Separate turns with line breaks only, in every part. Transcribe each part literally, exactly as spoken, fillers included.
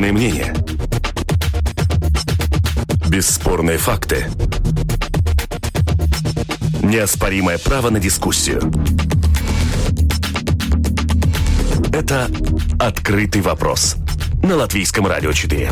Бесспорные мнения. Бесспорные факты. Неоспоримое право на дискуссию. Это «Открытый вопрос» на Латвийском радио четыре.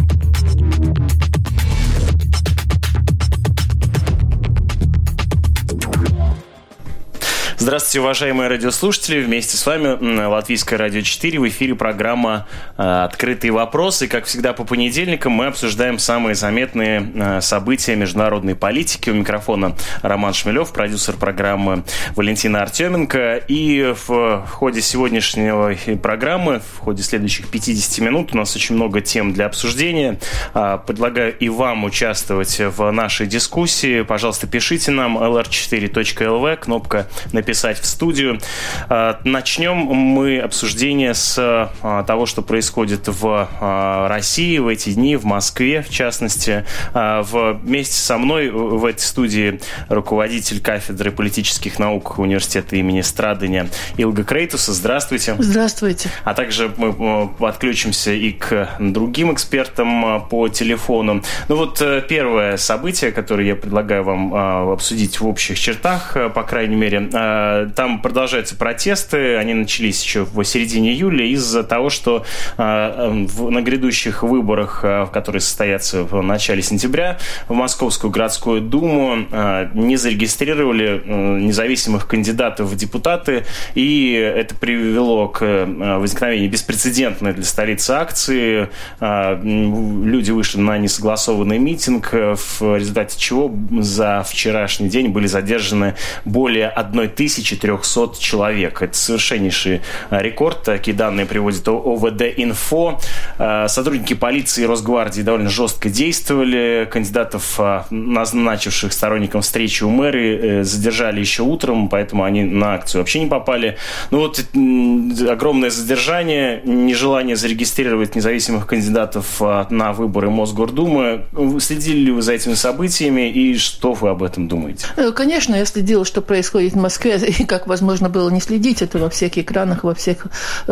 Здравствуйте, уважаемые радиослушатели. Вместе с вами Латвийское радио четыре. В эфире программа «Открытые вопросы». И, как всегда, по понедельникам мы обсуждаем самые заметные события международной политики. У микрофона Роман Шмелев, продюсер программы Валентина Артеменко. И в ходе сегодняшней программы, в ходе следующих пятидесяти минут, у нас очень много тем для обсуждения. Предлагаю и вам участвовать в нашей дискуссии. Пожалуйста, пишите нам эл эр четыре точка эл ви, кнопка «Написать» писать в студию. Начнем мы обсуждение с того, что происходит в России в эти дни, в Москве, в частности. Вместе со мной в этой студии руководитель кафедры политических наук Университета имени Страдания Илга Крейтуса. Здравствуйте.
Здравствуйте.
А также мы подключимся и к другим экспертам по телефону. Ну вот первое событие, которое я предлагаю вам обсудить в общих чертах, по крайней мере. Там продолжаются протесты, они начались еще в середине июля из-за того, что на грядущих выборах, которые состоятся в начале сентября, в Московскую городскую думу не зарегистрировали независимых кандидатов в депутаты, и это привело к возникновению беспрецедентной для столицы акции. Люди вышли на несогласованный митинг, в результате чего за вчерашний день были задержаны более одной тысячи трехсот человек. Это совершеннейший рекорд. Такие данные приводит о вэ дэ-инфо. Сотрудники полиции и Росгвардии довольно жестко действовали. Кандидатов, назначивших сторонникам встречи у мэрии, задержали еще утром, поэтому они на акцию вообще не попали. Ну вот огромное задержание, нежелание зарегистрировать независимых кандидатов на выборы Мосгордумы. Следили ли вы за этими событиями и что вы об этом думаете?
Конечно, я следила, что происходит в Москве, и как возможно было не следить, это во всех экранах, во всех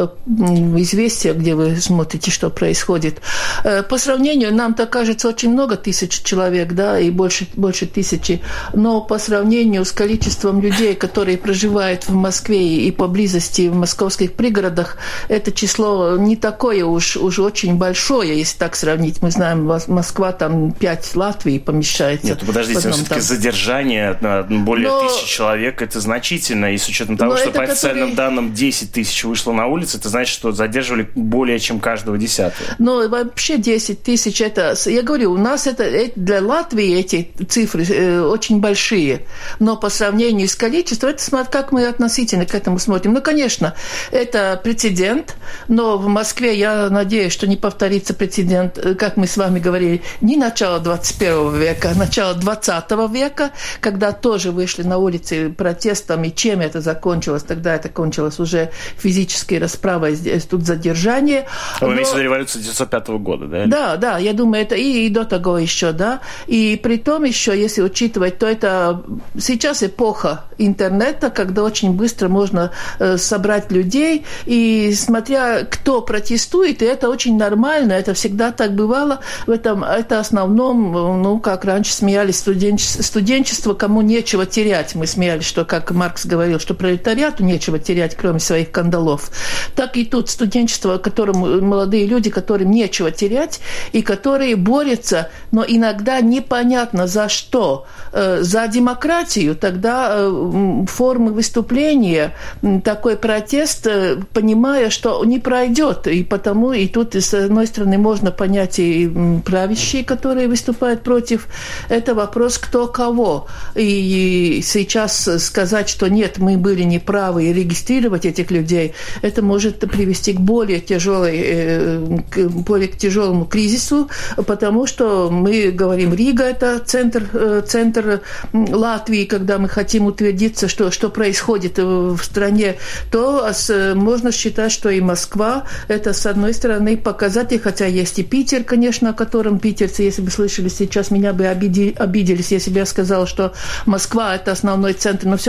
известиях, где вы смотрите, что происходит. По сравнению, нам-то кажется очень много тысяч человек, да, и больше, больше тысячи, но по сравнению с количеством людей, которые проживают в Москве и поблизости в московских пригородах, это число не такое уж, уж очень большое, если так сравнить. Мы знаем, Москва там пять Латвии помещается.
Нет, подождите, но все-таки там задержание более но... тысячи человек, это значительно, и с учетом того, но что по официальным который... данным десять тысяч вышло на улицу, это значит, что задерживали более чем каждого десятого.
Ну, вообще десять тысяч, это, я говорю, у нас это, для Латвии эти цифры э, очень большие, но по сравнению с количеством, это смотрит, как мы относительно к этому смотрим. Ну, конечно, это прецедент, но в Москве, я надеюсь, что не повторится прецедент, как мы с вами говорили, не начало двадцать первого века, а начало двадцатого века, когда тоже вышли на улицы протестом, и чем это закончилось? Тогда это кончилось уже физической расправой, здесь тут задержание.
Вы но... имеете в виду революцию девятьсот пятого года, да?
Да, да, я думаю, это и, и до того еще, да. И при том еще, если учитывать, то это сейчас эпоха интернета, когда очень быстро можно э, собрать людей, и смотря кто протестует, и это очень нормально, это всегда так бывало, в этом, это основном, ну, как раньше смеялись, студенчество, студенчество, кому нечего терять, мы смеялись, что, как Маркс говорил, что пролетариату нечего терять, кроме своих кандалов. Так и тут студенчество, которому молодые люди, которым нечего терять, и которые борются, но иногда непонятно за что. За демократию, тогда формы выступления, такой протест, понимая, что не пройдет. И потому и тут, с одной стороны, можно понять и правящие, которые выступают против. Это вопрос, кто кого. И сейчас сказать, что нет, мы были неправы, и регистрировать этих людей, это может привести к более тяжелой, к более тяжелому кризису, потому что мы говорим, Рига – это центр, центр Латвии, когда мы хотим утвердиться, что, что происходит в стране, то можно считать, что и Москва – это, с одной стороны, показатель, хотя есть и Питер, конечно, о котором питерцы, если бы слышали сейчас, меня бы обидели, обиделись, если бы я сказала, что Москва – это основной центр, но все-таки Москва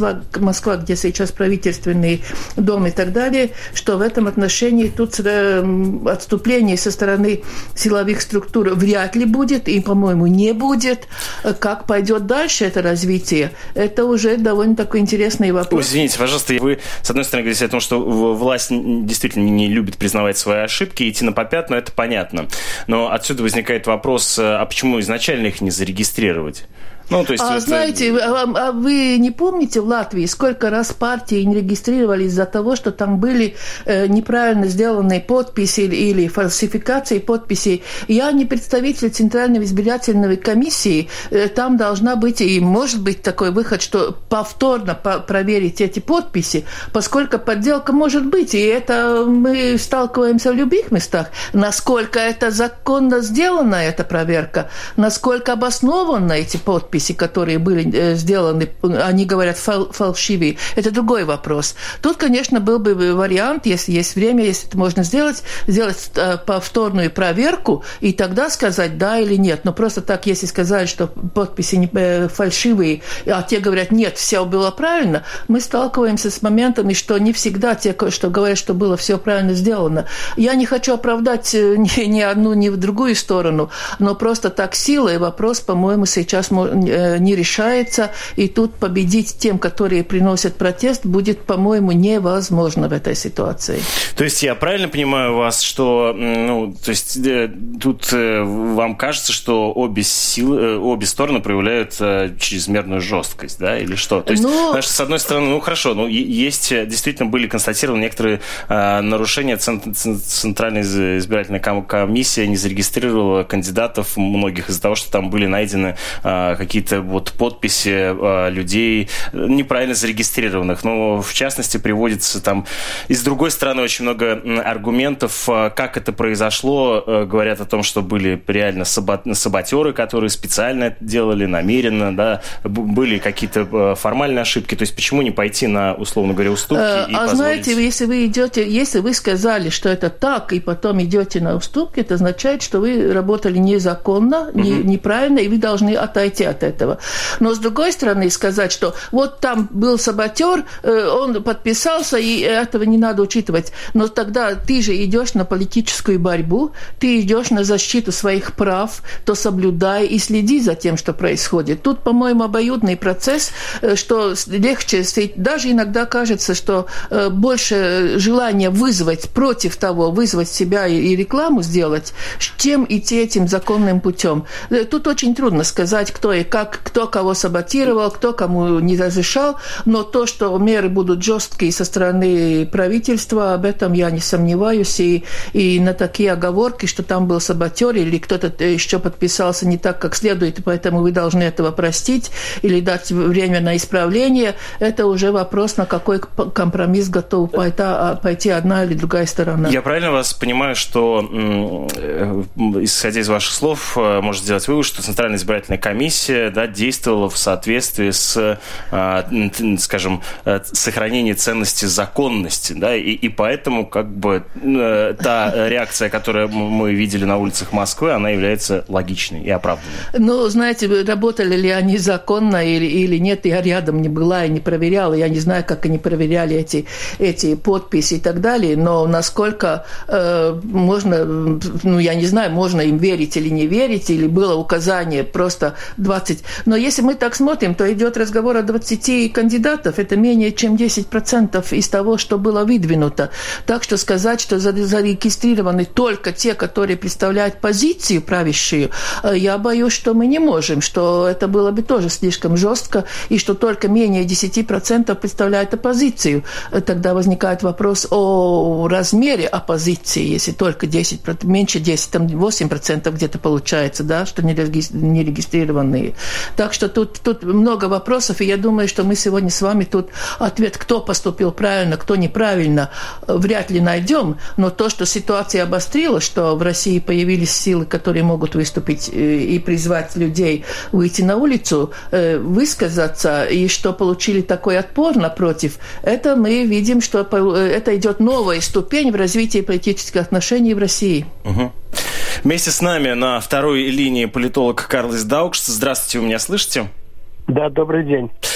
Москва, Москва, где сейчас правительственный дом и так далее, что в этом отношении тут отступление со стороны силовых структур вряд ли будет, и, по-моему, не будет. Как пойдет дальше это развитие, это уже довольно такой интересный вопрос.
Ой, извините, пожалуйста, вы, с одной стороны, говорите о том, что власть действительно не любит признавать свои ошибки, идти на попятную, это понятно. Но отсюда возникает вопрос, а почему изначально их не зарегистрировать? Ну, то есть
а
вот...
знаете, а, а вы не помните в Латвии, сколько раз партии не регистрировали из-за того, что там были э, неправильно сделанные подписи или, или фальсификации подписей? Я не представитель Центральной избирательной комиссии, э, там должна быть и может быть такой выход, что повторно по- проверить эти подписи, поскольку подделка может быть, и это мы сталкиваемся в любых местах. Насколько это законно сделана эта проверка, насколько обоснованы эти подписи, которые были сделаны, они говорят фал, фальшивые, это другой вопрос. Тут, конечно, был бы вариант, если есть время, если это можно сделать, сделать повторную проверку и тогда сказать да или нет. Но просто так, если сказать, что подписи фальшивые, а те говорят нет, все было правильно, мы сталкиваемся с моментами, что не всегда те, что говорят, что было все правильно сделано. Я не хочу оправдать ни, ни одну, ни в другую сторону, но просто так сила и вопрос, по-моему, сейчас не решается, и тут победить тем, которые приносят протест, будет, по-моему, невозможно в этой ситуации.
То есть я правильно понимаю вас, что, ну, то есть тут вам кажется, что обе силы, обе стороны проявляют чрезмерную жесткость, да, или что? То есть, но... знаешь, с одной стороны, ну хорошо, ну есть, действительно были констатированы некоторые нарушения. Центральная избирательная комиссия не зарегистрировала кандидатов многих из-за того, что там были найдены какие-то вот подписи э, людей неправильно зарегистрированных. Но, в частности, приводится там и с другой стороны очень много аргументов, э, как это произошло. Э, говорят о том, что были реально сабот- саботеры, которые специально это делали, намеренно, да, были какие-то э, формальные ошибки. То есть, почему не пойти на, условно говоря, уступки
а,
и
а
позволить...
знаете, если вы идете, если вы сказали, что это так, и потом идете на уступки, это означает, что вы работали незаконно, uh-huh. не, неправильно, и вы должны отойти от этого. Но, с другой стороны, сказать, что вот там был саботер, он подписался, и этого не надо учитывать. Но тогда ты же идешь на политическую борьбу, ты идешь на защиту своих прав, то соблюдай и следи за тем, что происходит. Тут, по-моему, обоюдный процесс, что легче, даже иногда кажется, что больше желания вызвать против того, вызвать себя и рекламу сделать, чем идти этим законным путем. Тут очень трудно сказать, кто и как, кто кого саботировал, кто кому не разрешал, но то, что меры будут жесткие со стороны правительства, об этом я не сомневаюсь, и, и на такие оговорки, что там был саботер или кто-то еще подписался не так, как следует, и поэтому вы должны этого простить или дать время на исправление, это уже вопрос, на какой компромисс готов пойти, пойти одна или другая сторона.
Я правильно вас понимаю, что, исходя из ваших слов, можно сделать вывод, что Центральная избирательная комиссия, да, действовала в соответствии с, скажем, сохранением ценности законности, да, и, и поэтому как бы та реакция, которую мы видели на улицах Москвы, она является логичной и оправданной.
Ну, знаете, работали ли они законно или, или нет, я рядом не была и не проверяла, я не знаю, как они проверяли эти, эти подписи и так далее, но насколько э, можно, ну, я не знаю, можно им верить или не верить, или было указание просто двадцать. Но если мы так смотрим, то идет разговор о двадцати кандидатов, это менее чем десять процентов из того, что было выдвинуто. Так что сказать, что зарегистрированы только те, которые представляют позицию правящую, я боюсь, что мы не можем, что это было бы тоже слишком жестко, и что только менее десять процентов представляют оппозицию. Тогда возникает вопрос о размере оппозиции, если только десять процентов, меньше десять, там восемь процентов где-то получается, да, что не регистрированные. Так что тут, тут много вопросов, и я думаю, что мы сегодня с вами тут ответ, кто поступил правильно, кто неправильно, вряд ли найдем, но то, что ситуация обострилась, что в России появились силы, которые могут выступить и призвать людей выйти на улицу, высказаться, и что получили такой отпор напротив, это мы видим, что это идет новая ступень в развитии политических отношений в России.
Угу. Вместе с нами на второй линии политолог Карлис Даукшс. Здравствуйте, вы меня слышите?
Да, добрый день.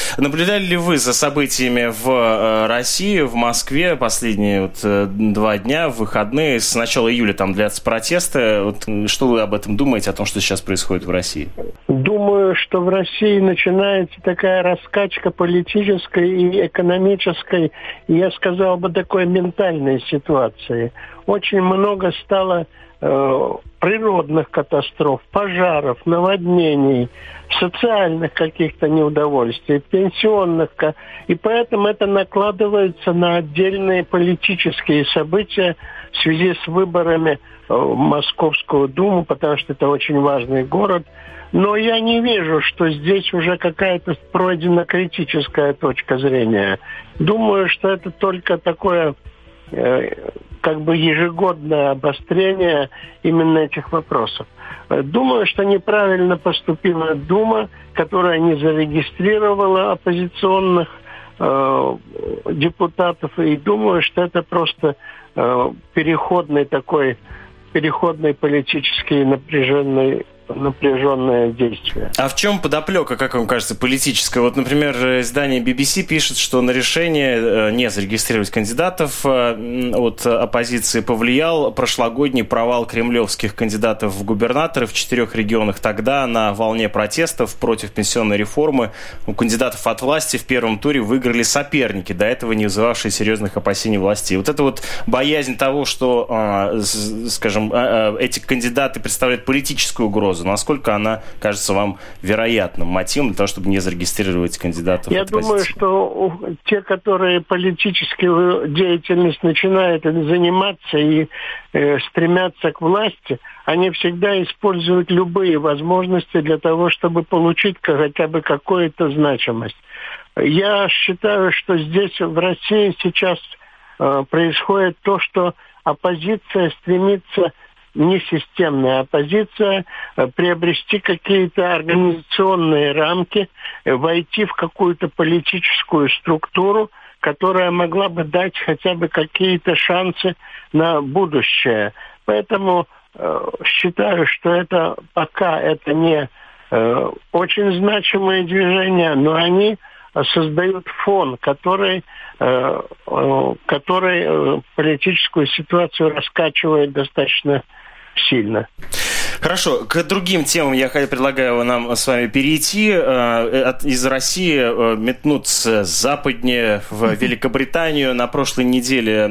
Наблюдали ли вы за событиями в России, в Москве последние вот два дня, в выходные, с начала июля там длятся протесты? Вот, что вы об этом думаете, о том, что сейчас происходит в России?
Думаю, что в России начинается такая раскачка политической и экономической, я сказал бы, такой ментальной ситуации. Очень много стало э, природных катастроф, пожаров, наводнений, социальных каких-то неудовольствий, пенсионных. И поэтому это накладывается на отдельные политические события в связи с выборами в Московскую Думу, потому что это очень важный город. Но я не вижу, что здесь уже какая-то пройдена критическая точка зрения. Думаю, что это только такое э, как бы ежегодное обострение именно этих вопросов. Думаю, что неправильно поступила Дума, которая не зарегистрировала оппозиционных э, депутатов. И думаю, что это просто э, переходный такой, переходный политический напряженный напряженное действие.
А в чем подоплека, как вам кажется, политическая? Вот, например, издание би би си пишет, что на решение не зарегистрировать кандидатов от оппозиции повлиял прошлогодний провал кремлевских кандидатов в губернаторы в четырех регионах. Тогда на волне протестов против пенсионной реформы у кандидатов от власти в первом туре выиграли соперники, до этого не вызывавшие серьезных опасений властей. Вот это вот боязнь того, что, скажем, эти кандидаты представляют политическую угрозу, насколько она кажется вам вероятным мотивом для того, чтобы не зарегистрировать кандидатов?
Я думаю, что те, которые политическую деятельность начинают заниматься и э, стремятся к власти, они всегда используют любые возможности для того, чтобы получить хотя бы какую-то значимость. Я считаю, что здесь в России сейчас э, происходит то, что оппозиция стремится, не системная оппозиция, приобрести какие-то организационные рамки, войти в какую-то политическую структуру, которая могла бы дать хотя бы какие-то шансы на будущее. Поэтому э, считаю, что это пока это не э, очень значимые движения, но они создают фон, который, э, э, который э, политическую ситуацию раскачивает достаточно сильно.
Хорошо, к другим темам я предлагаю нам с вами перейти. Из России метнуться западнее в Великобританию. На прошлой неделе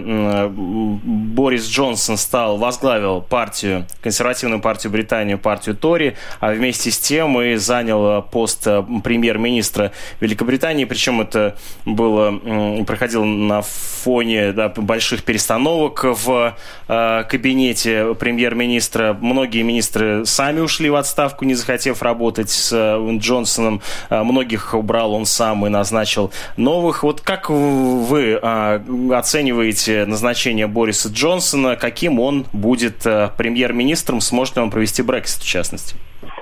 Борис Джонсон стал, возглавил партию, консервативную партию Британии, партию Тори, а вместе с тем и занял пост премьер-министра Великобритании. Причем это было, проходило на фоне, да, больших перестановок в кабинете премьер-министра. Многие министры сами ушли в отставку, не захотев работать с Джонсоном. Многих убрал он сам и назначил новых. Вот как вы оцениваете назначение Бориса Джонсона? Каким он будет премьер-министром? Сможет ли он провести Брексит, в частности?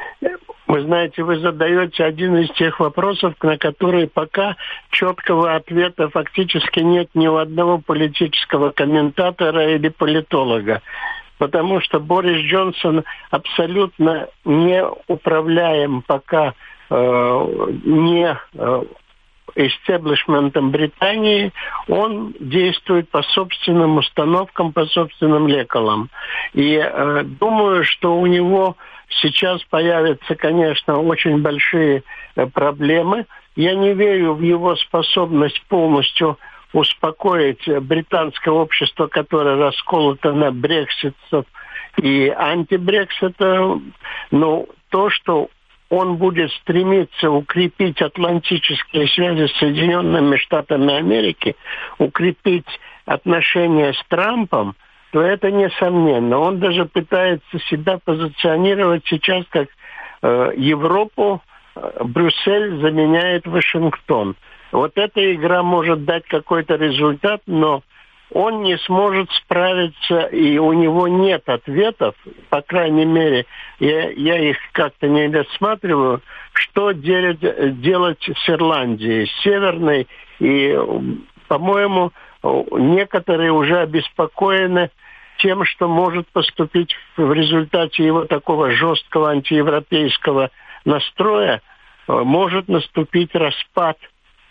Вы знаете, вы задаете один из тех вопросов, на которые пока четкого ответа фактически нет ни у одного политического комментатора или политолога. Потому что Борис Джонсон абсолютно не управляем пока э, не э, истеблишментом Британии. Он действует по собственным установкам, по собственным лекалам. И э, думаю, что у него сейчас появятся, конечно, очень большие э, проблемы. Я не верю в его способность полностью успокоить британское общество, которое расколото на брекситцев и антибрексита. Но то, что он будет стремиться укрепить атлантические связи с Соединенными Штатами Америки, укрепить отношения с Трампом, то это несомненно. Он даже пытается себя позиционировать сейчас как э, Европу, э, Брюссель заменяет Вашингтон. Вот эта игра может дать какой-то результат, но он не сможет справиться, и у него нет ответов, по крайней мере, я, я их как-то не рассматриваю, что делать, делать с Ирландией, с Северной. И, по-моему, некоторые уже обеспокоены тем, что может поступить в результате его такого жесткого антиевропейского настроя, может наступить распад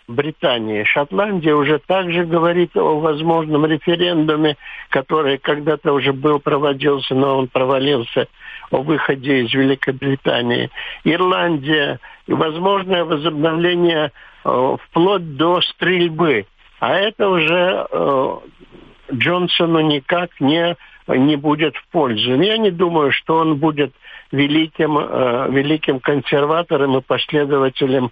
Британии. Шотландия уже также говорит о возможном референдуме, который когда-то уже был, проводился, но он провалился, о выходе из Великобритании. Ирландия, возможное возобновление э, вплоть до стрельбы. А это уже э, Джонсону никак не, не будет в пользу. Я не думаю, что он будет великим, э, великим консерватором и последователем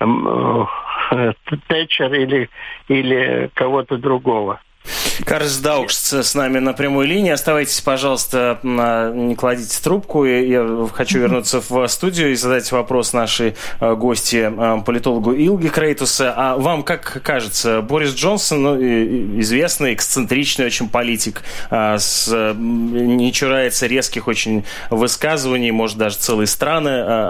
э, э, Тэтчер или, или кого-то другого.
Карс Даукс с нами на прямой линии. Оставайтесь, пожалуйста, не кладите трубку. Я хочу вернуться в студию и задать вопрос нашей гости, политологу Илге Крейтусе. А вам как кажется, Борис Джонсон, ну, известный, эксцентричный очень политик, с, не чурается резких очень высказываний, может даже целые страны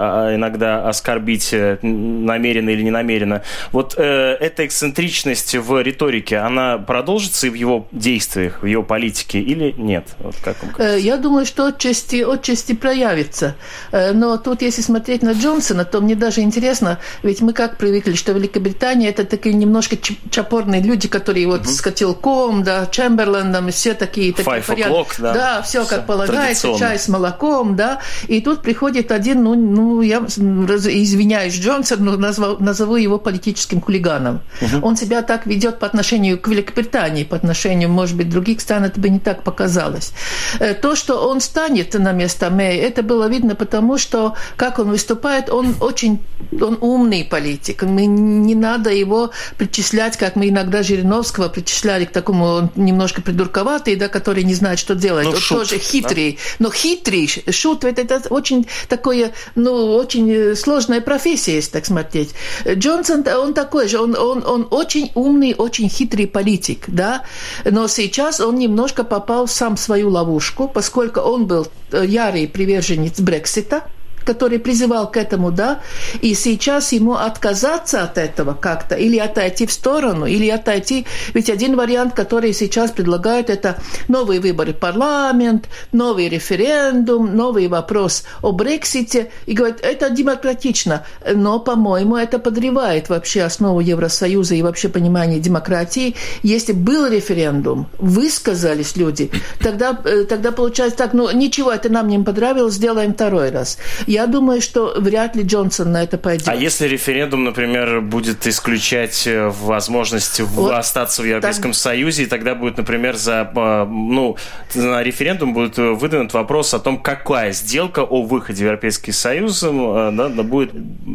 иногда оскорбить намеренно или ненамеренно. Вот эта эксцентричность в риторике, она продолжится и в его действиях, в его политике или нет? Вот как вам кажется?
Я думаю, что отчасти, отчасти проявится. Но тут, если смотреть на Джонсона, то мне даже интересно, ведь мы как привыкли, что Великобритания это такие немножко чопорные люди, которые вот uh-huh. с котелком, да, Чемберлендом, все такие, такие
Five o'clock, да.
Да, все, все как полагается, чай с молоком, да. И тут приходит один, ну, ну я извиняюсь, Джонсон, но назову, назову его политическим хулиганом. Uh-huh. Он себя так ведет по отношению к Великобритании, по отношению, может быть, других стран, это бы не так показалось. То, что он станет на место Мэй, это было видно потому, что, как он выступает, он очень он умный политик. Мы, не надо его причислять, как мы иногда Жириновского причисляли к такому, он немножко придурковатый, да, который не знает, что делать.
Ну,
он
шут,
тоже хитрый.
Да?
Но хитрый, шут, это, это очень такое, ну, очень сложная профессия, если так смотреть. Джонсон, он такой же, он, он, он очень умный, очень хитрый политик, да. Но сейчас он немножко попал сам в свою ловушку, поскольку он был ярый приверженец Брексита, который призывал к этому, да, и сейчас ему отказаться от этого как-то, или отойти в сторону, или отойти, ведь один вариант, который сейчас предлагают, это новые выборы в парламент, новый референдум, новый вопрос о Брексите, и говорят, это демократично, но, по-моему, это подрывает вообще основу Евросоюза и вообще понимание демократии. Если был референдум, высказались люди, тогда, тогда получается так, ну, ничего, это нам не понравилось, сделаем второй раз. Я думаю, что вряд ли Джонсон на это пойдет. А
если референдум, например, будет исключать возможность вот остаться в Европейском так... Союзе, и тогда будет, например, за, ну, на референдум будет выдвинут вопрос о том, какая сделка о выходе в Европейский Союз, да, будет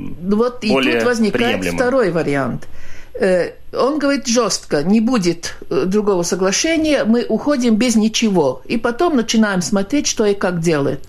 вот более
и тут
возникает
приемлемым.
Второй вариант. Он говорит жестко, не будет другого соглашения, мы уходим без ничего. И потом начинаем смотреть, что и как делать.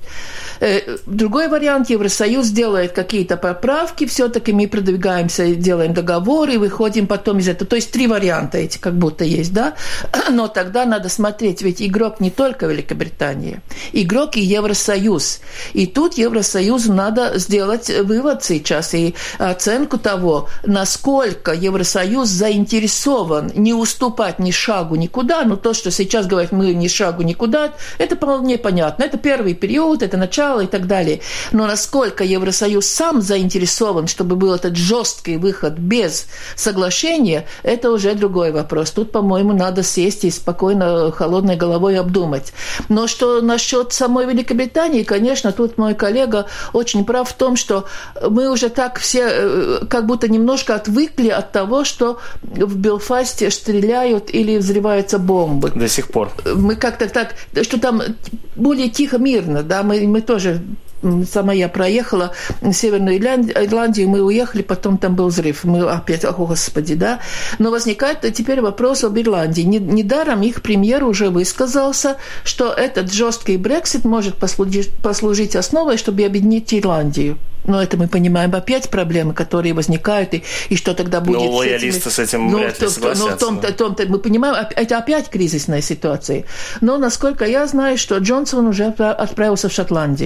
Другой вариант, Евросоюз делает какие-то поправки, все-таки мы продвигаемся, делаем договоры, выходим потом из этого. То есть три варианта эти как будто есть, да? Но тогда надо смотреть, ведь игрок не только Великобритания, игрок и Евросоюз. И тут Евросоюзу надо сделать вывод сейчас и оценку того, насколько Евросоюз заинтересован не уступать ни шагу никуда, но то, что сейчас говорят, мы ни шагу никуда, это вполне понятно. Это первый период, это начало и так далее. Но насколько Евросоюз сам заинтересован, чтобы был этот жесткий выход без соглашения, это уже другой вопрос. Тут, по-моему, надо сесть и спокойно, холодной головой обдумать. Но что насчет самой Великобритании, конечно, тут мой коллега очень прав в том, что мы уже так все как будто немножко отвыкли от того, что в Белфасте стреляют или взрываются бомбы.
До сих пор.
Мы как-то так, что там более тихо, мирно, да, мы, мы тоже, сама я проехала в Северную Ирландию, мы уехали, потом там был взрыв, мы опять, о господи, да, но возникает теперь вопрос об Ирландии. Недаром их премьер уже высказался, что этот жесткий Брексит может послужить, послужить основой, чтобы объединить Ирландию. Но это мы понимаем опять проблемы, которые возникают, и, и что тогда будет...
Но лоялисты с этим
ну,
вряд ли согласятся.
Но в том-то, том-то мы понимаем, это опять кризисная ситуация. Но, насколько я знаю, что Джонсон уже отправился в Шотландию.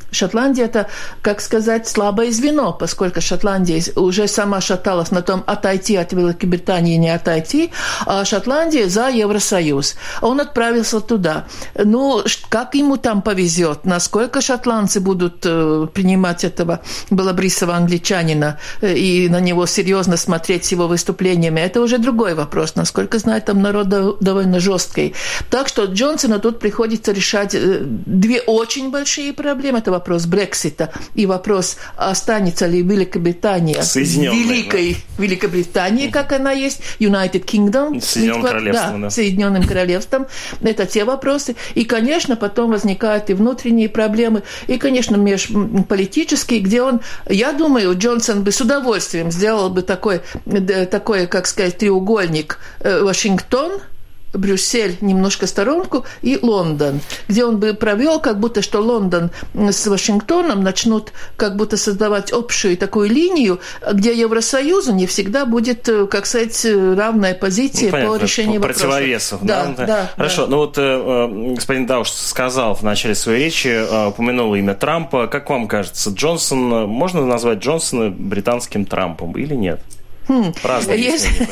Шотландия – это, как сказать, слабое звено, поскольку Шотландия уже сама шаталась на том, отойти от Великобритании, не отойти, а Шотландия за Евросоюз. Он отправился туда. Ну, как ему там повезет? Насколько шотландцы будут принимать этого белобрысого англичанина и на него серьезно смотреть с его выступлениями? Это уже другой вопрос. Насколько знаю, там народ довольно жесткий. Так что Джонсону тут приходится решать две очень большие проблемы. Это вопрос Брексита и вопрос, останется ли Великобритания великой да? Великобританией, как она есть, United Kingdom,
Соединенным Королевством,
да, да. Соединенным Королевством. Это те вопросы. И, конечно, потом возникают и внутренние проблемы, и, конечно, межполитические, где он, я думаю, Джонсон бы с удовольствием сделал бы такой, такой, как сказать, треугольник Вашингтон, Брюссель немножко сторонку и Лондон, где он бы провел, как будто что Лондон с Вашингтоном начнут как будто создавать общую такую линию, где Евросоюзу не всегда будет, как сказать, равная позиция ну, по решению вопросов.
Противовесов.
Да, да, да,
Хорошо. Да. Ну вот э, господин Дауш сказал в начале своей речи, э, упомянул имя Трампа. Как вам кажется, Джонсон, можно назвать Джонсона британским Трампом или нет?
Хм. Если...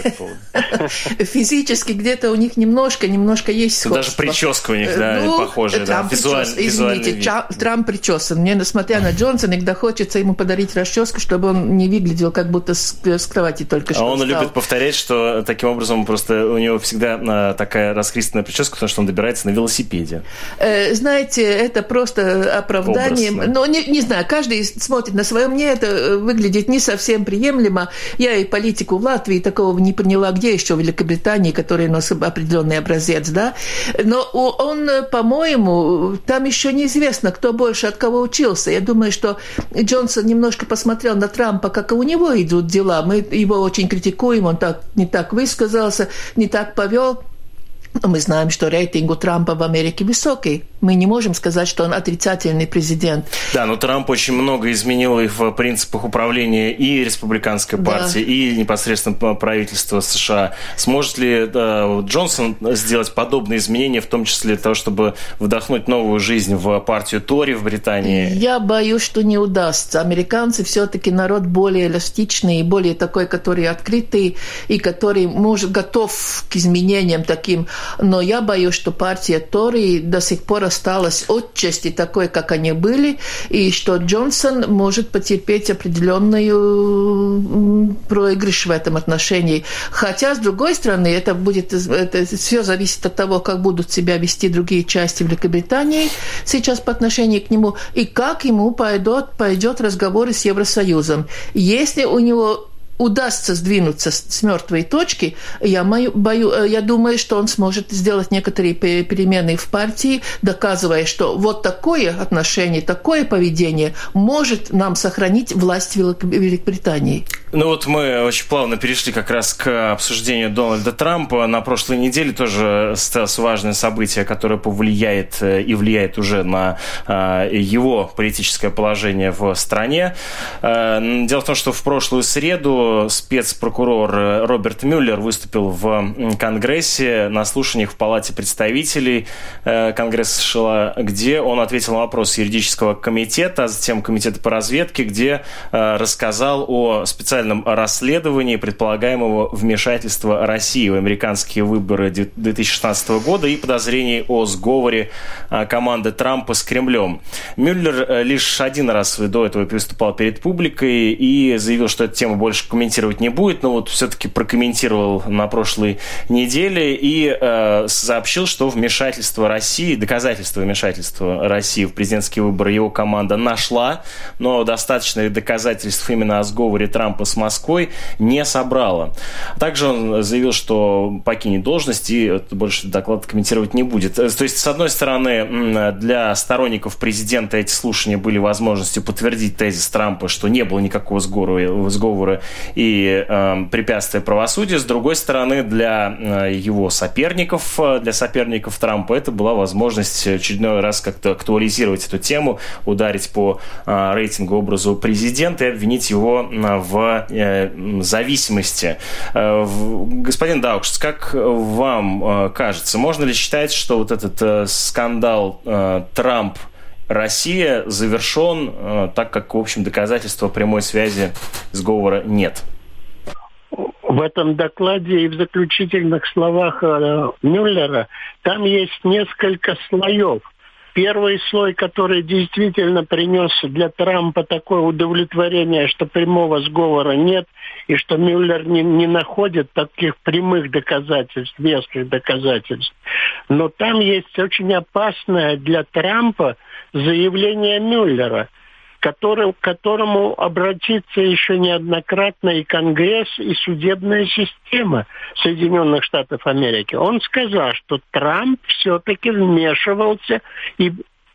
Физически где-то у них немножко, немножко есть сходство.
Даже прическа у них, да, ну, похожая.
Трамп
да, визуаль...
причес... Извините, Ча... Трамп причесан. Мне, несмотря на Джонсона, иногда хочется ему подарить расческу, чтобы он не выглядел, как будто с, с кровати только что
А он
встал.
любит повторять, что таким образом просто у него всегда такая расхристанная прическа, потому что он добирается на велосипеде.
Э, знаете, это просто оправдание.
Образ, да.
Но не, не знаю, каждый смотрит на свое. Мне это выглядит не совсем приемлемо. Я и политику в Латвии такого не поняла, где еще в Великобритании, который носит определенный образец, да. Но он, по-моему, там еще неизвестно, кто больше от кого учился. Я думаю, что Джонсон немножко посмотрел на Трампа, как у него идут дела. Мы его очень критикуем, он так, не так высказался, не так повел. Мы знаем, что рейтинг у Трампа в Америке высокий. Мы не можем сказать, что он отрицательный президент.
Да, но Трамп очень много изменил и в принципах управления и республиканской партии, да. и непосредственно правительства США. Сможет ли э, Джонсон сделать подобные изменения, в том числе для того, чтобы вдохнуть новую жизнь в партию Тори в Британии?
Я боюсь, что не удастся. Американцы все-таки народ более эластичный, более такой, который открытый и который может, готов к изменениям таким. Но я боюсь, что партия Тори до сих пор осталась отчасти такой, как они были, и что Джонсон может потерпеть определенную проигрыш в этом отношении. Хотя, с другой стороны, это будет, это все зависит от того, как будут себя вести другие части Великобритании сейчас по отношению к нему, и как ему пойдет, пойдет разговоры с Евросоюзом. Если у него удастся сдвинуться с мертвой точки, я, мою, бою, я думаю, что он сможет сделать некоторые перемены в партии, доказывая, что вот такое отношение, такое поведение может нам сохранить власть Великобритании.
Ну вот мы очень плавно перешли как раз к обсуждению Дональда Трампа. На прошлой неделе тоже состоялось важное событие, которое повлияет и влияет уже на его политическое положение в стране. Дело в том, что в прошлую среду спецпрокурор Роберт Мюллер выступил в Конгрессе на слушаниях в Палате представителей Конгресса США, где он ответил на вопрос юридического комитета, а затем комитета по разведке, где рассказал о специальном расследовании предполагаемого вмешательства России в американские выборы две тысячи шестнадцатого года и подозрений о сговоре команды Трампа с Кремлем. Мюллер лишь один раз до этого выступал перед публикой и заявил, что эту тему больше комментировать не будет, но вот все-таки прокомментировал на прошлой неделе и э, сообщил, что вмешательство России, доказательства вмешательства России в президентские выборы его команда нашла, но достаточных доказательств именно о сговоре Трампа с Москвой не собрала. Также он заявил, что покинет должность и больше доклад комментировать не будет. То есть, с одной стороны, для сторонников президента эти слушания были возможностью подтвердить тезис Трампа, что не было никакого сговора, сговора и э, препятствия правосудию. С другой стороны, для э, его соперников, для соперников Трампа это была возможность очередной раз как-то актуализировать эту тему, ударить по э, рейтингу, образу президента и обвинить его э, в э, зависимости. Э, в... Господин Даукшц, как вам э, кажется, можно ли считать, что вот этот э, скандал э, Трамп Россия завершен, так как, в общем, доказательства прямой связи сговора нет?
В этом докладе и в заключительных словах Мюллера там есть несколько слоев. Первый слой, который действительно принес для Трампа такое удовлетворение, что прямого сговора нет, и что Мюллер не, не находит таких прямых доказательств, веских доказательств. Но там есть очень опасное для Трампа заявление Мюллера, который, к которому обратится еще неоднократно и Конгресс, и судебная система Соединенных Штатов Америки. Он сказал, что Трамп все-таки вмешивался и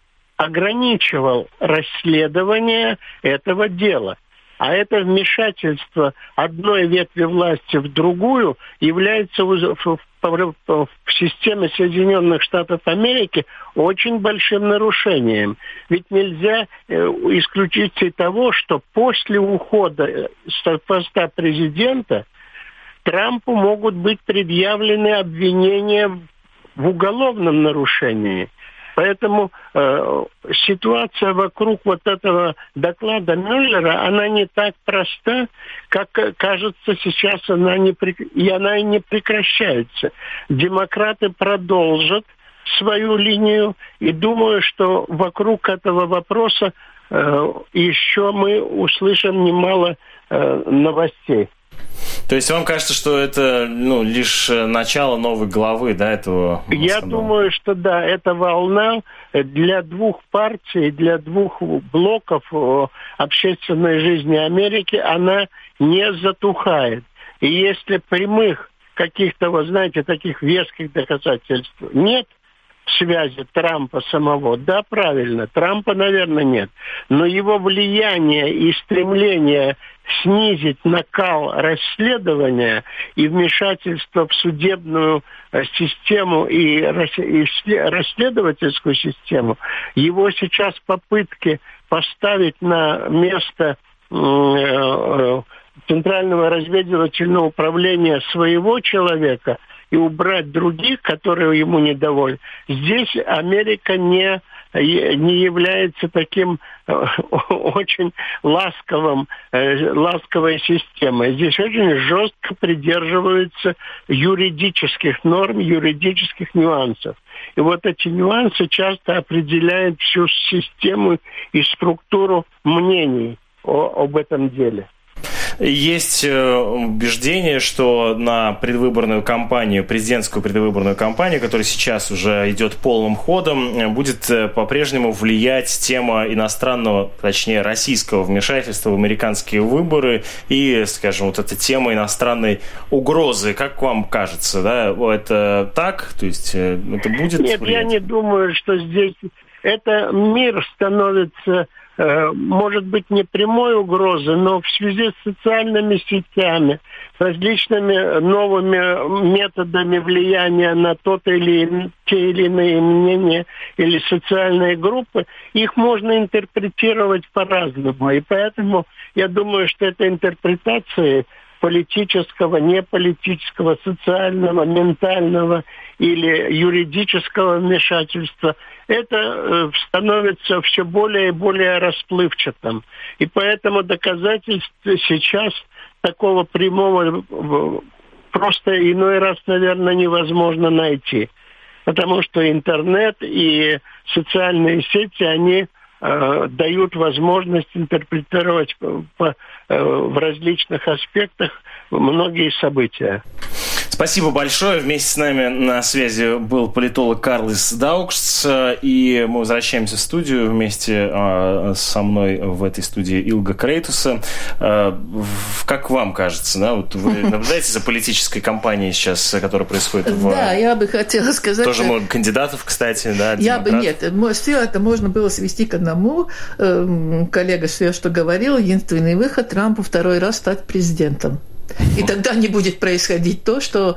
ограничивал расследование этого дела. А это вмешательство одной ветви власти в другую является в, в, в системе Соединенных Штатов Америки очень большим нарушением. Ведь нельзя исключить и того, что после ухода с поста президента Трампу могут быть предъявлены обвинения в уголовном нарушении. Поэтому э, ситуация вокруг вот этого доклада Мюллера, она не так проста, как кажется сейчас, она не, и она и не прекращается. Демократы продолжат свою линию, и думаю, что вокруг этого вопроса э, еще мы услышим немало э, новостей.
То есть вам кажется, что это ну, лишь начало новой главы, да, этого?
Я
скандала?
думаю, что да, эта волна для двух партий, для двух блоков общественной жизни Америки, она не затухает. И если прямых каких-то, вы знаете, таких веских доказательств нет, связи Трампа самого, да, правильно, Трампа, наверное, нет. Но его влияние и стремление снизить накал расследования и вмешательство в судебную систему и расследовательскую систему, его сейчас попытки поставить на место Центрального разведывательного управления своего человека и убрать других, которые ему недовольны, здесь Америка не, не является таким э, очень ласковым, э, ласковой системой. Здесь очень жестко придерживаются юридических норм, юридических нюансов. И вот эти нюансы часто определяют всю систему и структуру мнений о, об этом деле.
Есть убеждение, что на предвыборную кампанию, президентскую предвыборную кампанию, которая сейчас уже идет полным ходом, будет по-прежнему влиять тема иностранного, точнее российского вмешательства в американские выборы и, скажем, вот эта тема иностранной угрозы. Как вам кажется, да, это так? То есть это будет
Нет, влиять? Я не думаю, что здесь это мир становится... может быть, не прямой угрозы, но в связи с социальными сетями, различными новыми методами влияния на тот или те или иные мнения или социальные группы, их можно интерпретировать по-разному. И поэтому я думаю, что это интерпретации политического, неполитического, социального, ментального или юридического вмешательства, это э, становится все более и более расплывчатым. И поэтому доказательств сейчас такого прямого просто иной раз, наверное, невозможно найти. Потому что интернет и социальные сети, они э, дают возможность интерпретировать по, э, в различных аспектах многие события.
Спасибо большое. Вместе с нами на связи был политолог Карлис Даукшс, и мы возвращаемся в студию вместе э, со мной в этой студии Илга Крейтуса. Э, как вам кажется, да, вот вы наблюдаете за политической кампанией сейчас, которая происходит в...
Да, я бы хотела сказать...
Тоже много кандидатов, кстати, да,
Я бы нет. Все это можно было свести к одному. Коллега все, что говорил, единственный выход Трампу второй раз стать президентом. И тогда не будет происходить то, что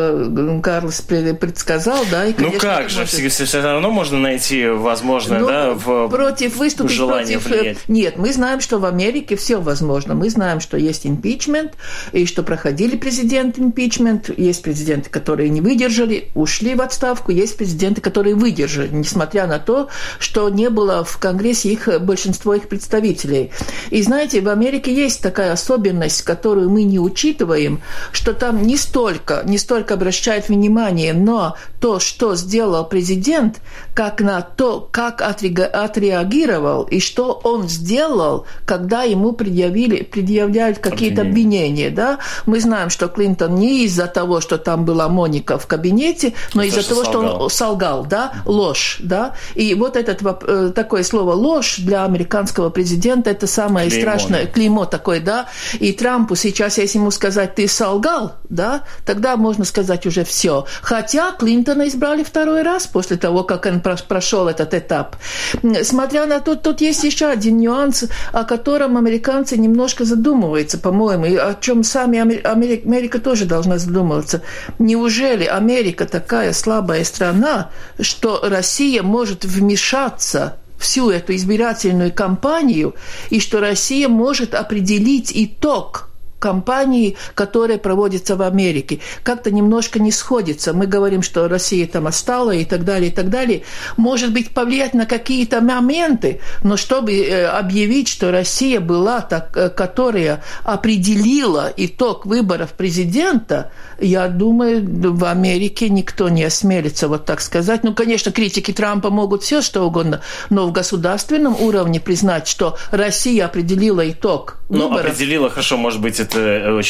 э, Карлос предсказал, да. И, конечно,
ну как же, может... все равно можно найти возможное,
ну,
да, в
против выступить
желание
против...
влиять.
Нет, мы знаем, что в Америке все возможно. Мы знаем, что есть импичмент, и что проходили президенты импичмент. Есть президенты, которые не выдержали, ушли в отставку. Есть президенты, которые выдержали, несмотря на то, что не было в Конгрессе их, большинство их представителей. И знаете, в Америке есть такая особенность, которую мы не учим, учитываем, что там не столько, не столько обращают внимание на то, что сделал президент, как на то, как отреагировал и что он сделал, когда ему предъявили, предъявляют какие-то обвинения. Да? Мы знаем, что Клинтон не из-за того, что там была Моника в кабинете, но из-за того, солгал. что он солгал, да? ложь. Да? И вот это такое слово «ложь» для американского президента – это самое клеймо, страшное, да. клеймо такое, да. И Трампу сейчас, если ему сказать, ты солгал, да, тогда можно сказать уже все. Хотя Клинтона избрали второй раз после того, как он прошел этот этап. Смотря на то, тут есть еще один нюанс, о котором американцы немножко задумываются, по-моему, и о чем сами Америка, Америка тоже должна задумываться. Неужели Америка такая слабая страна, что Россия может вмешаться всю эту избирательную кампанию, и что Россия может определить итог кампании, которая проводится в Америке. Как-то немножко не сходится. Мы говорим, что Россия там отстала и так далее, и так далее. Может быть, повлиять на какие-то моменты, но чтобы объявить, что Россия была, так, которая определила итог выборов президента, я думаю, в Америке никто не осмелится вот так сказать. Ну, конечно, критики Трампа могут все что угодно, но в государственном уровне признать, что Россия определила итог выборов...
Ну, определила, хорошо, может быть, это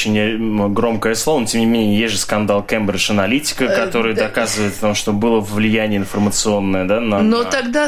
очень громкое слово, но тем не менее есть же скандал Кембридж Аналитика, который доказывает, потому, что было влияние информационное, да? На,
но
на...
тогда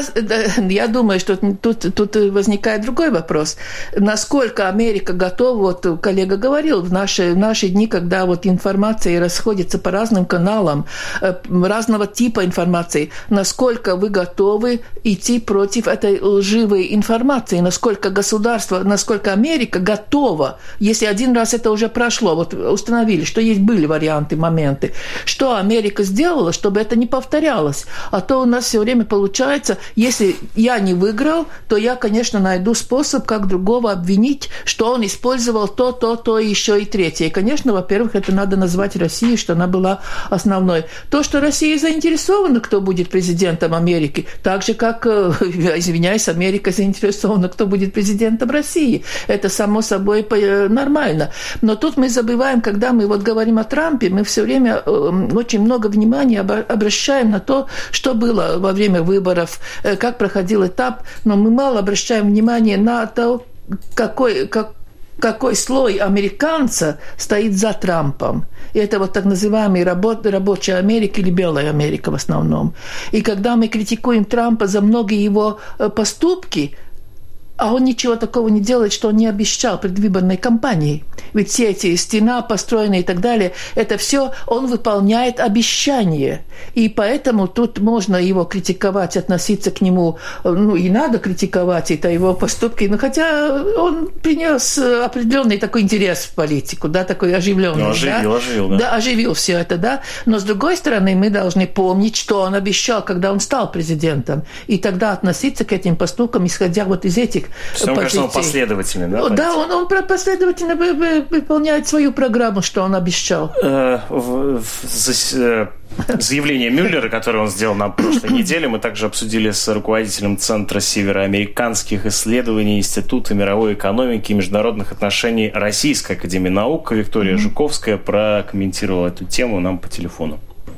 я думаю, что тут, тут возникает другой вопрос. Насколько Америка готова, вот коллега говорил, в наши, в наши дни, когда вот информация расходится по разным каналам, разного типа информации, насколько вы готовы идти против этой лживой информации, насколько государство, насколько Америка готова, если один раз это уже прошло, вот установили, что есть были варианты, моменты, что Америка сделала, чтобы это не повторялось. А то у нас все время получается, если я не выиграл, то я, конечно, найду способ, как другого обвинить, что он использовал то, то, то, еще и третье. И, конечно, во-первых, это надо назвать Россией, что она была основной. То, что Россия заинтересована, кто будет президентом Америки, так же, как, извиняюсь, Америка заинтересована, кто будет президентом России. Это, само собой, нормально. Но тут мы забываем, когда мы вот говорим о Трампе, мы все время очень много внимания обращаем на то, что было во время выборов, как проходил этап, но мы мало обращаем внимание на то, какой, как, какой слой американца стоит за Трампом. И это вот так называемый рабо- рабочая Америка или белая Америка в основном. И когда мы критикуем Трампа за многие его поступки, а он ничего такого не делает, что он не обещал предвыборной кампании. Ведь все эти стена построенные и так далее, это все он выполняет обещания. И поэтому тут можно его критиковать, относиться к нему, ну и надо критиковать это его поступки, но хотя он принес определенный такой интерес в политику, да, такой оживленный. Ну,
оживил,
да?
оживил, да.
Да, оживил все это, да. Но с другой стороны, мы должны помнить, что он обещал, когда он стал президентом, и тогда относиться к этим поступкам, исходя вот из этих
Мне кажется, он последовательный, да?
Да, он, он последовательно выполняет свою программу, что он обещал.
Заявление Мюллера, которое он сделал на прошлой неделе, мы также обсудили с руководителем Центра североамериканских исследований Института мировой экономики и международных отношений Российской академии наук. Виктория mm-hmm. Жуковская прокомментировала эту тему нам по телефону.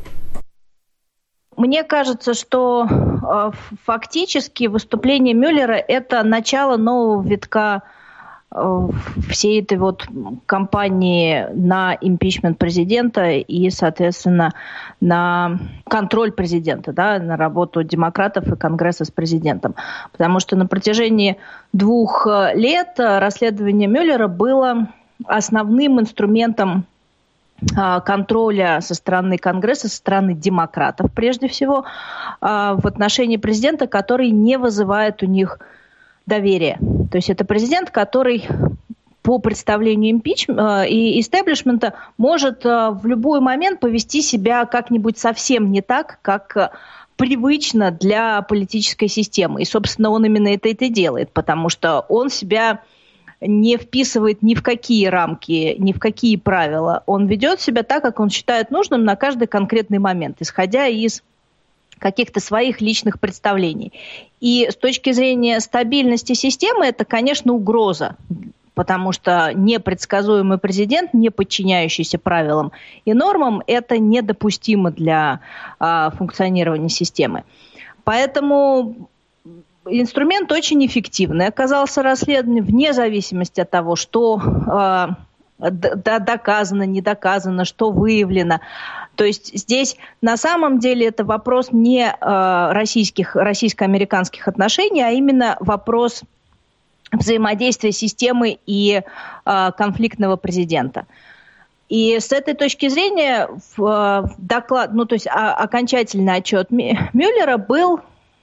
Мне кажется, что э, фактически выступление Мюллера – это начало нового витка э, всей этой вот кампании на импичмент президента и, соответственно, на контроль президента, да, на работу демократов и Конгресса с президентом. Потому что на протяжении двух лет расследование Мюллера было основным инструментом контроля со стороны Конгресса, со стороны демократов, прежде всего, в отношении президента, который не вызывает у них доверия. То есть это президент, который по представлению импичмента и истеблишмента, может в любой момент повести себя как-нибудь совсем не так, как привычно для политической системы. И, собственно, он именно это и делает, потому что он себя не вписывает ни в какие рамки, ни в какие правила. Он ведет себя так, как он считает нужным на каждый конкретный момент, исходя из каких-то своих личных представлений. И с точки зрения стабильности системы это, конечно, угроза, потому что непредсказуемый президент, не подчиняющийся правилам и нормам, это недопустимо для а, функционирования системы. Поэтому инструмент очень эффективный. Оказался расследование вне зависимости от того, что э, д- доказано, не доказано, что выявлено. То есть здесь на самом деле это вопрос не э, российских, российско-американских отношений, а именно вопрос взаимодействия системы и э, конфликтного президента. И с этой точки зрения в, доклад, ну то есть а, окончательный отчет Мюллера был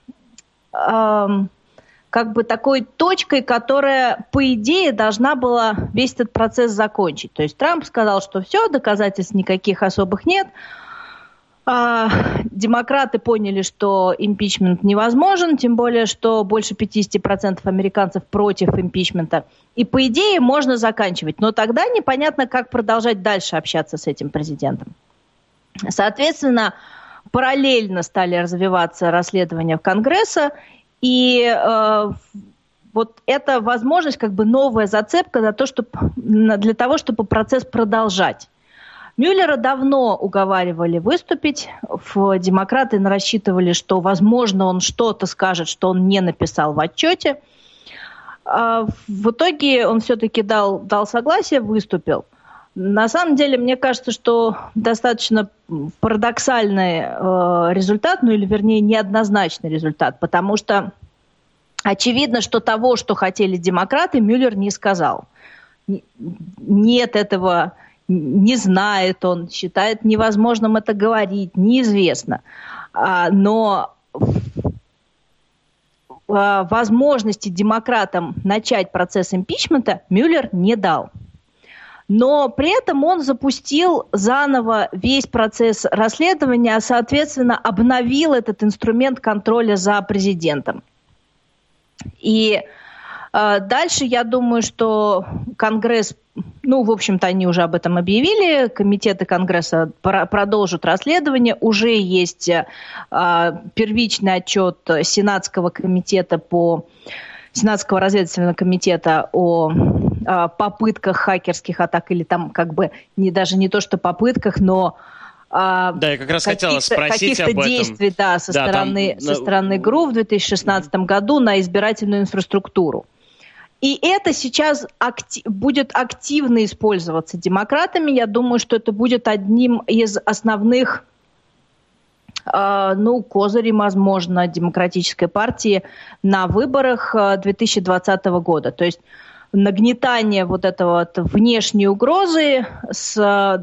как бы такой точкой, которая, по идее, должна была весь этот процесс закончить. То есть Трамп сказал, что все, доказательств никаких особых нет. А, демократы поняли, что импичмент невозможен, тем более, что больше пятьдесят процентов американцев против импичмента. И, по идее, можно заканчивать. Но тогда непонятно, как продолжать дальше общаться с этим президентом. Соответственно, параллельно стали развиваться расследования в Конгрессе, и э, вот эта возможность, как бы новая зацепка для того, чтобы, для того, чтобы процесс продолжать. Мюллера давно уговаривали выступить, демократы рассчитывали, что, возможно, он что-то скажет, что он не написал в отчете. А в итоге он все-таки дал, дал согласие, выступил. На самом деле, мне кажется, что достаточно парадоксальный э, результат, ну или, вернее, неоднозначный результат, потому что очевидно, что того, что хотели демократы, Мюллер не сказал. Нет этого, не знает он, считает невозможным это говорить, неизвестно. А, но а, возможности демократам начать процесс импичмента Мюллер не дал. Но при этом он запустил заново весь процесс расследования, а, соответственно, обновил этот инструмент контроля за президентом. И э, дальше, я думаю, что Конгресс, ну, в общем-то, они уже об этом объявили, комитеты Конгресса про- продолжат расследование, уже есть э, первичный отчет Сенатского комитета по Сенатского разведывательного комитета о э, попытках хакерских атак, или там как бы не, даже не то, что попытках, но
Да, я как раз хотела спросить об этом.
Каких-то действий, да, со, да, стороны, там... со стороны ГРУ в две тысячи шестнадцатом году на избирательную инфраструктуру. И это сейчас акти- будет активно использоваться демократами. Я думаю, что это будет одним из основных э, ну, козырей, возможно, демократической партии на выборах две тысячи двадцатого года. То есть нагнетание вот этого вот внешней угрозы с...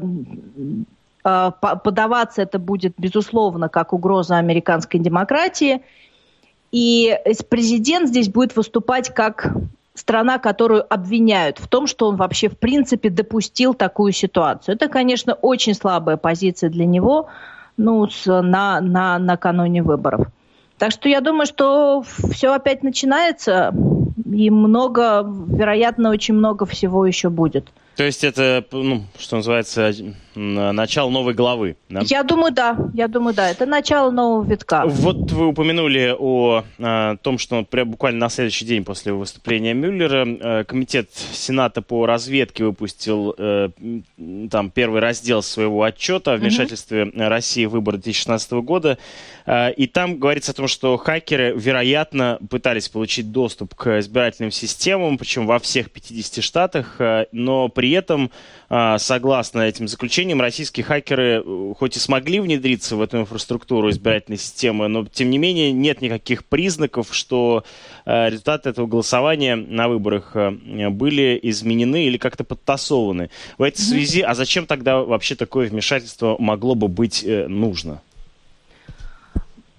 Подаваться это будет, безусловно, как угроза американской демократии. И президент здесь будет выступать как страна, которую обвиняют в том, что он вообще, в принципе, допустил такую ситуацию. Это, конечно, очень слабая позиция для него, ну, на, на, накануне выборов. Так что я думаю, что все опять начинается, и много, вероятно, очень много всего еще будет.
То есть это, ну, что называется, начало новой главы, да?
Я думаю, да. Я думаю, да. Это начало нового витка.
Вот вы упомянули о, о том, что буквально на следующий день после выступления Мюллера комитет Сената по разведке выпустил э, там первый раздел своего отчета о вмешательстве mm-hmm. России в выборы две тысячи шестнадцатого года. Э, и там говорится о том, что хакеры, вероятно, пытались получить доступ к избирательным системам, причем во всех пятидесяти штатах, э, но при этом, согласно этим заключениям, российские хакеры хоть и смогли внедриться в эту инфраструктуру избирательной системы, но, тем не менее, нет никаких признаков, что результаты этого голосования на выборах были изменены или как-то подтасованы. В этой связи, а зачем тогда вообще такое вмешательство могло бы быть нужно?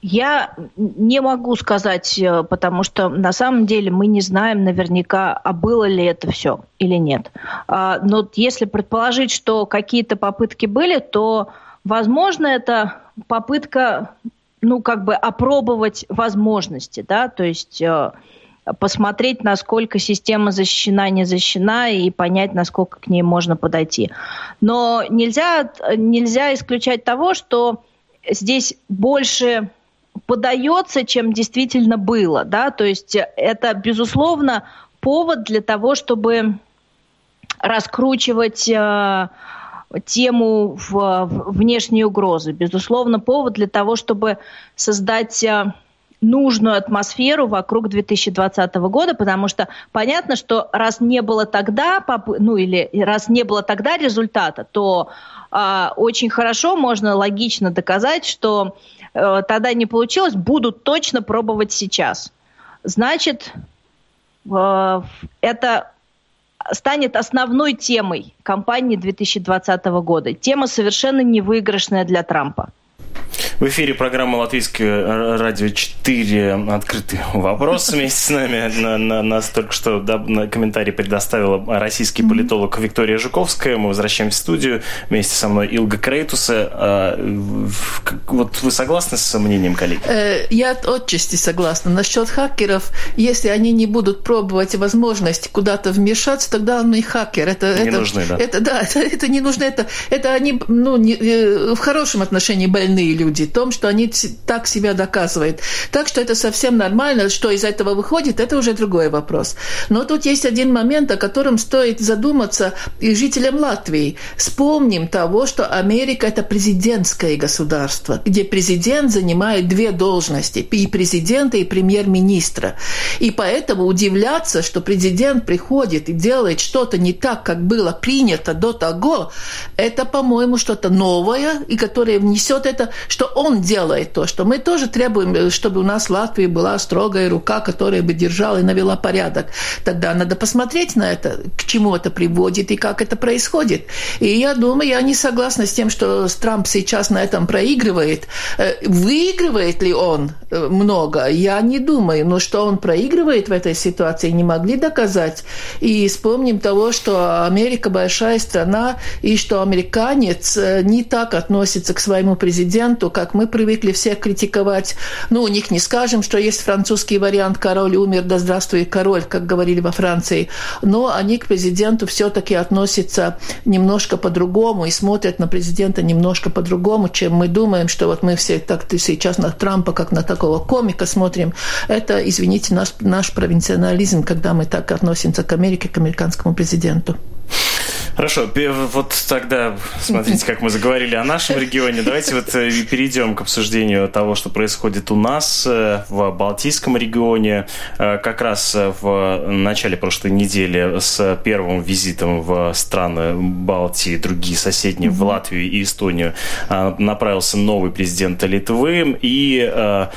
Я не могу сказать, потому что на самом деле мы не знаем наверняка, а было ли это все или нет. Но если предположить, что какие-то попытки были, то, возможно, это попытка, ну, как бы опробовать возможности, да, то есть посмотреть, насколько система защищена, не защищена, и понять, насколько к ней можно подойти. Но нельзя, нельзя исключать того, что здесь больше подается, чем действительно было, да, то есть это, безусловно, повод для того, чтобы раскручивать э, тему в, в внешней угрозы, безусловно, повод для того, чтобы создать э, нужную атмосферу вокруг две тысячи двадцатого года, потому что понятно, что раз не было тогда, ну или раз не было тогда результата, то э, очень хорошо можно логично доказать, что тогда не получилось, будут точно пробовать сейчас. Значит, это станет основной темой кампании две тысячи двадцатого года. Тема совершенно невыигрышная для Трампа.
В эфире программа «Латвийское радио четыре». Открытый вопрос вместе с нами. На, на, нас только что да, на комментарий предоставила российский политолог Виктория Жуковская. Мы возвращаемся в студию. Вместе со мной Илга Крейтуса. А, вот вы согласны с мнением коллеги?
Я отчасти согласна. Насчет хакеров, если они не будут пробовать возможность куда-то вмешаться, тогда он и хакер. Это,
не
это,
нужны, да?
Это, да, это, это не нужно. Это, это они ну, не, в хорошем отношении больные люди. В том, что они так себя доказывают. Так что это совсем нормально. Что из этого выходит, это уже другой вопрос. Но тут есть один момент, о котором стоит задуматься и жителям Латвии. Вспомним того, что Америка – это президентское государство, где президент занимает две должности – и президента, и премьер-министра. И поэтому удивляться, что президент приходит и делает что-то не так, как было принято до того, это, по-моему, что-то новое, и которое внесет это, что он делает то, что мы тоже требуем, чтобы у нас в Латвии была строгая рука, которая бы держала и навела порядок. Тогда надо посмотреть на это, к чему это приводит и как это происходит. И я думаю, я не согласна с тем, что Трамп сейчас на этом проигрывает. Выигрывает ли он много? Я не думаю. Но что он проигрывает в этой ситуации, не могли доказать. И вспомним того, что Америка большая страна, и что американец не так относится к своему президенту, как мы привыкли всех критиковать. Ну, у них не скажем, что есть французский вариант «король умер, да здравствует король», как говорили во Франции. Но они к президенту все-таки относятся немножко по-другому и смотрят на президента немножко по-другому, чем мы думаем, что вот мы все так сейчас на Трампа, как на такого комика смотрим. Это, извините, наш, наш провинционализм, когда мы так относимся к Америке, к американскому президенту.
Хорошо, вот тогда смотрите, как мы заговорили о нашем регионе. Давайте вот перейдем к обсуждению того, что происходит у нас в Балтийском регионе. Как раз в начале прошлой недели с первым визитом в страны Балтии, другие соседние, в Латвию и Эстонию, направился новый президент Литвы. И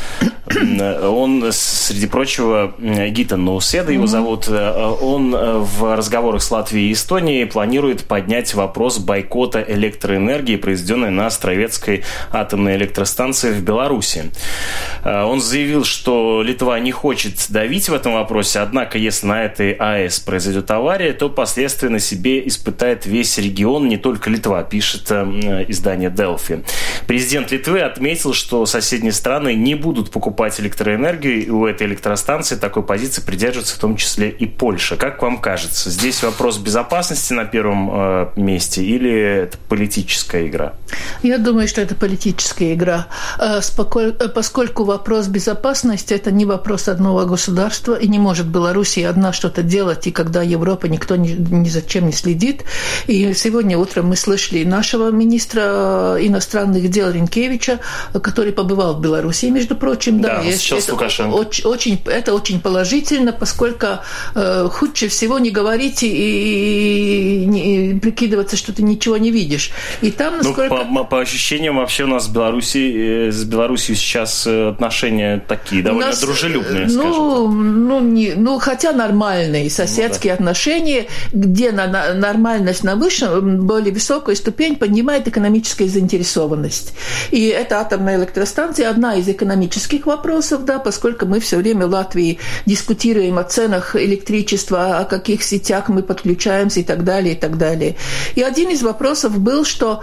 он, среди прочего, Гитан Науседа его зовут, он в разговорах с Латвией и Эстонией планирует поднять вопрос бойкота электроэнергии, произведенной на Островецкой атомной электростанции в Беларуси. Он заявил, что Литва не хочет давить в этом вопросе, однако если на этой АЭС произойдет авария, то последствия на себе испытает весь регион, не только Литва, пишет издание Delphi. Президент Литвы отметил, что соседние страны не будут покупать электроэнергию, и у этой электростанции такой позиции придерживается в том числе и Польша. Как вам кажется, здесь вопрос безопасности на первом месте или это политическая игра?
Я думаю, что это политическая игра, поскольку вопрос безопасности – это не вопрос одного государства, и не может Белоруссия одна что-то делать, и когда Европа никто ни, ни за чем не следит. И сегодня утром мы слышали нашего министра иностранных дел Ринкевича, который побывал в Белоруссии, между прочим.
Да,
да
сейчас
это,
Лукашенко.
Очень, очень, это очень положительно, поскольку э, худше всего не говорить и, и не, прикидываться, что ты ничего не видишь. И там, насколько...
Ну, по, по ощущениям, вообще у нас с Белоруссией, с Белоруссией сейчас отношения такие, довольно нас, дружелюбные,
ну,
скажем
ну, не, ну, хотя нормальные соседские ну, да. отношения, где на, на, нормальность на высшем, более высокую ступень поднимает экономическая заинтересованность. безопасность. И эта атомная электростанция одна из экономических вопросов, да, поскольку мы все время в Латвии дискутируем о ценах электричества, о каких сетях мы подключаемся и так далее, и так далее. И один из вопросов был, что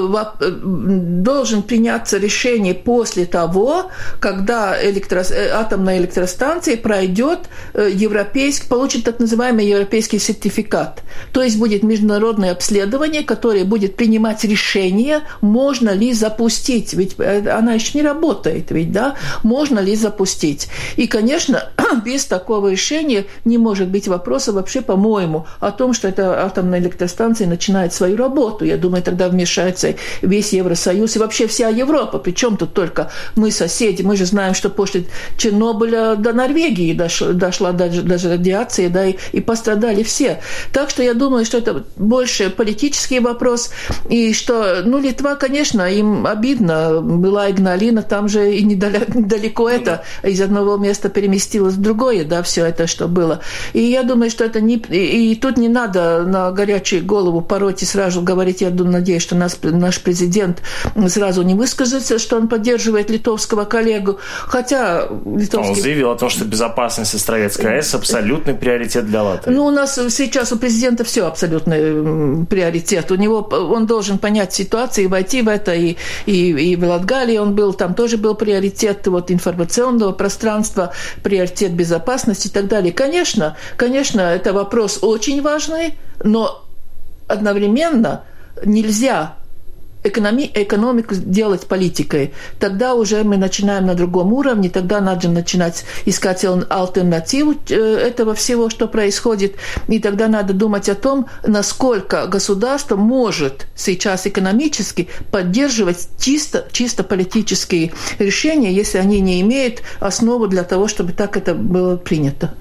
должен приняться решение после того, когда электро... атомная электростанция пройдет европейский, получит так называемый европейский сертификат. То есть будет международное обследование, которое будет принимать решение, можно ли запустить. Ведь она еще не работает, ведь, да? Можно ли запустить. И, конечно, без такого решения не может быть вопроса вообще, по-моему, о том, что эта атомная электростанция начинает свою работу. Я думаю, тогда вмешается весь Евросоюз и вообще вся Европа. Причем тут только мы соседи. Мы же знаем, что после Чернобыля до Норвегии дошла, дошла даже, даже радиация, да, и, и пострадали все. Так что я думаю, что это больше политический вопрос. И что, ну, Литва, конечно, им обидно. Была Игналина, там же и недалеко это из одного места переместилось в другое, да, все это, что было. И я думаю, что это не... И, и тут не надо на горячую голову пороть и сразу говорить, я думаю, надеюсь, что нас, наш президент сразу не выскажется, что он поддерживает литовского коллегу, хотя... Литовский...
Он заявил о том, что безопасность Островецкой АЭС абсолютный приоритет для Латвии.
Ну, у нас сейчас у президента все абсолютный приоритет. У него, он должен понять ситуацию и войти в это, и, и, и в Латгалии он был, там тоже был приоритет вот, информационного пространства, приоритет безопасности и так далее. Конечно, конечно, это вопрос очень важный, но одновременно нельзя экономи- экономику делать политикой. Тогда уже мы начинаем на другом уровне, тогда надо начинать искать альтернативу этого всего, что происходит, и тогда надо думать о том, насколько государство может сейчас экономически поддерживать чисто, чисто политические решения, если они не имеют основу для того, чтобы так это было принято.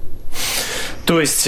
То есть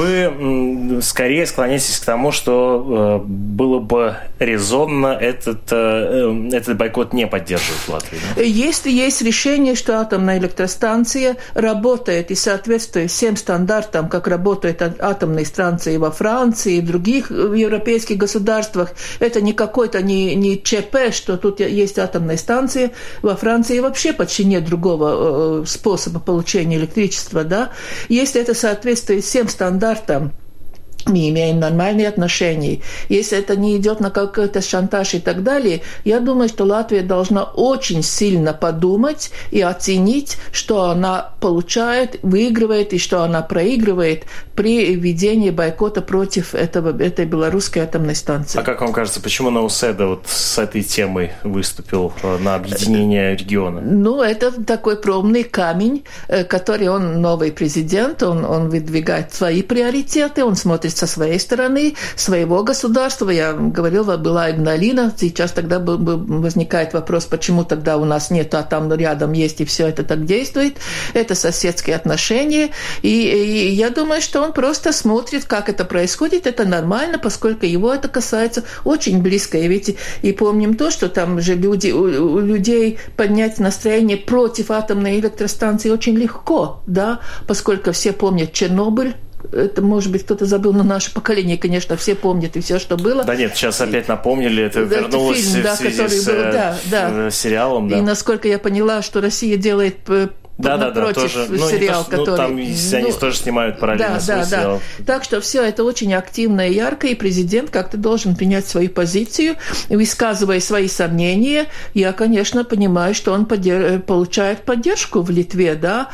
вы скорее склоняетесь к тому, что было бы резонно этот, этот бойкот не поддерживать в Латвии? Да?
Если есть решение, что атомная электростанция работает и соответствует всем стандартам, как работают атомные станции во Франции и в других европейских государствах, это не какой-то не, не ЧП, что тут есть атомная станция. Во Франции вообще почти нет другого способа получения электричества. Да? Если это соответствует всем стандартам, мы имеем нормальные отношения. Если это не идет на какой-то шантаж и так далее, я думаю, что Латвия должна очень сильно подумать и оценить, что она получает, выигрывает и что она проигрывает при ведении бойкота против этого, этой белорусской атомной станции.
А как вам кажется, почему Науседа вот с этой темой выступил на объединение региона?
Ну, это такой пробный камень, который он, новый президент, он, он выдвигает свои приоритеты, он смотрит со своей стороны, своего государства. Я говорила, была Игналина, сейчас тогда возникает вопрос, почему тогда у нас нет, а там рядом есть, и все это так действует. Это соседские отношения. И, и я думаю, что он просто смотрит, как это происходит. Это нормально, поскольку его это касается очень близко. И ведь и помним то, что там же люди, у, у людей поднять настроение против атомной электростанции очень легко, да, поскольку все помнят Чернобыль. Это, может быть, кто-то забыл, но наше поколение, конечно, все помнят и все, что было.
Да нет, сейчас опять напомнили, это
да,
вернулось
фильм, да,
в связи
который
с
был, да, да.
сериалом. Да.
И насколько я поняла, что Россия делает...
Да, да, да, тоже.
Сериал,
ну,
который...
там они ну, тоже снимают параллельно
да,
свой
да,
сериал.
Да. Так что все это очень активно и ярко, и президент как-то должен принять свою позицию, высказывая свои сомнения. Я, конечно, понимаю, что он поддерж... получает поддержку в Литве, да,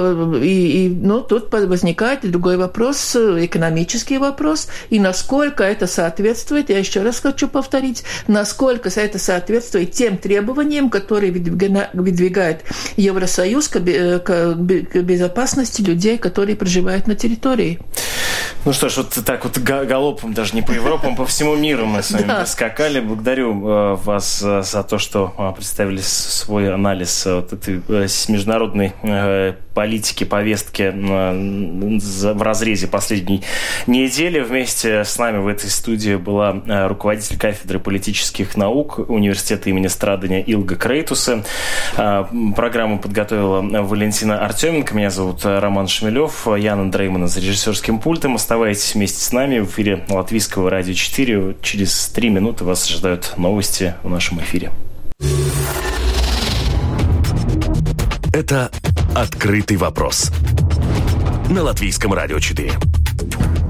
и, и ну, тут возникает другой вопрос, экономический вопрос, и насколько это соответствует, я еще раз хочу повторить, насколько это соответствует тем требованиям, которые выдвигает Евросоюз к к безопасности людей, которые проживают на территории.
Ну что ж, вот так вот галопом, даже не по Европам, по всему миру мы с вами да. проскакали. Благодарю вас за то, что представили свой анализ вот этой международной политики, повестки в разрезе последней недели. Вместе с нами в этой студии была руководитель кафедры политических наук Университета имени Страдания Илга Крейтуса. Программу подготовила Валентина Артеменко. Меня зовут Роман Шмелев. Яна Дреймана за режиссерским пультом. Оставайтесь вместе с нами в эфире Латвийского радио четыре. Через три минуты вас ожидают новости в нашем эфире.
Это «Открытый вопрос» на Латвийском радио четыре.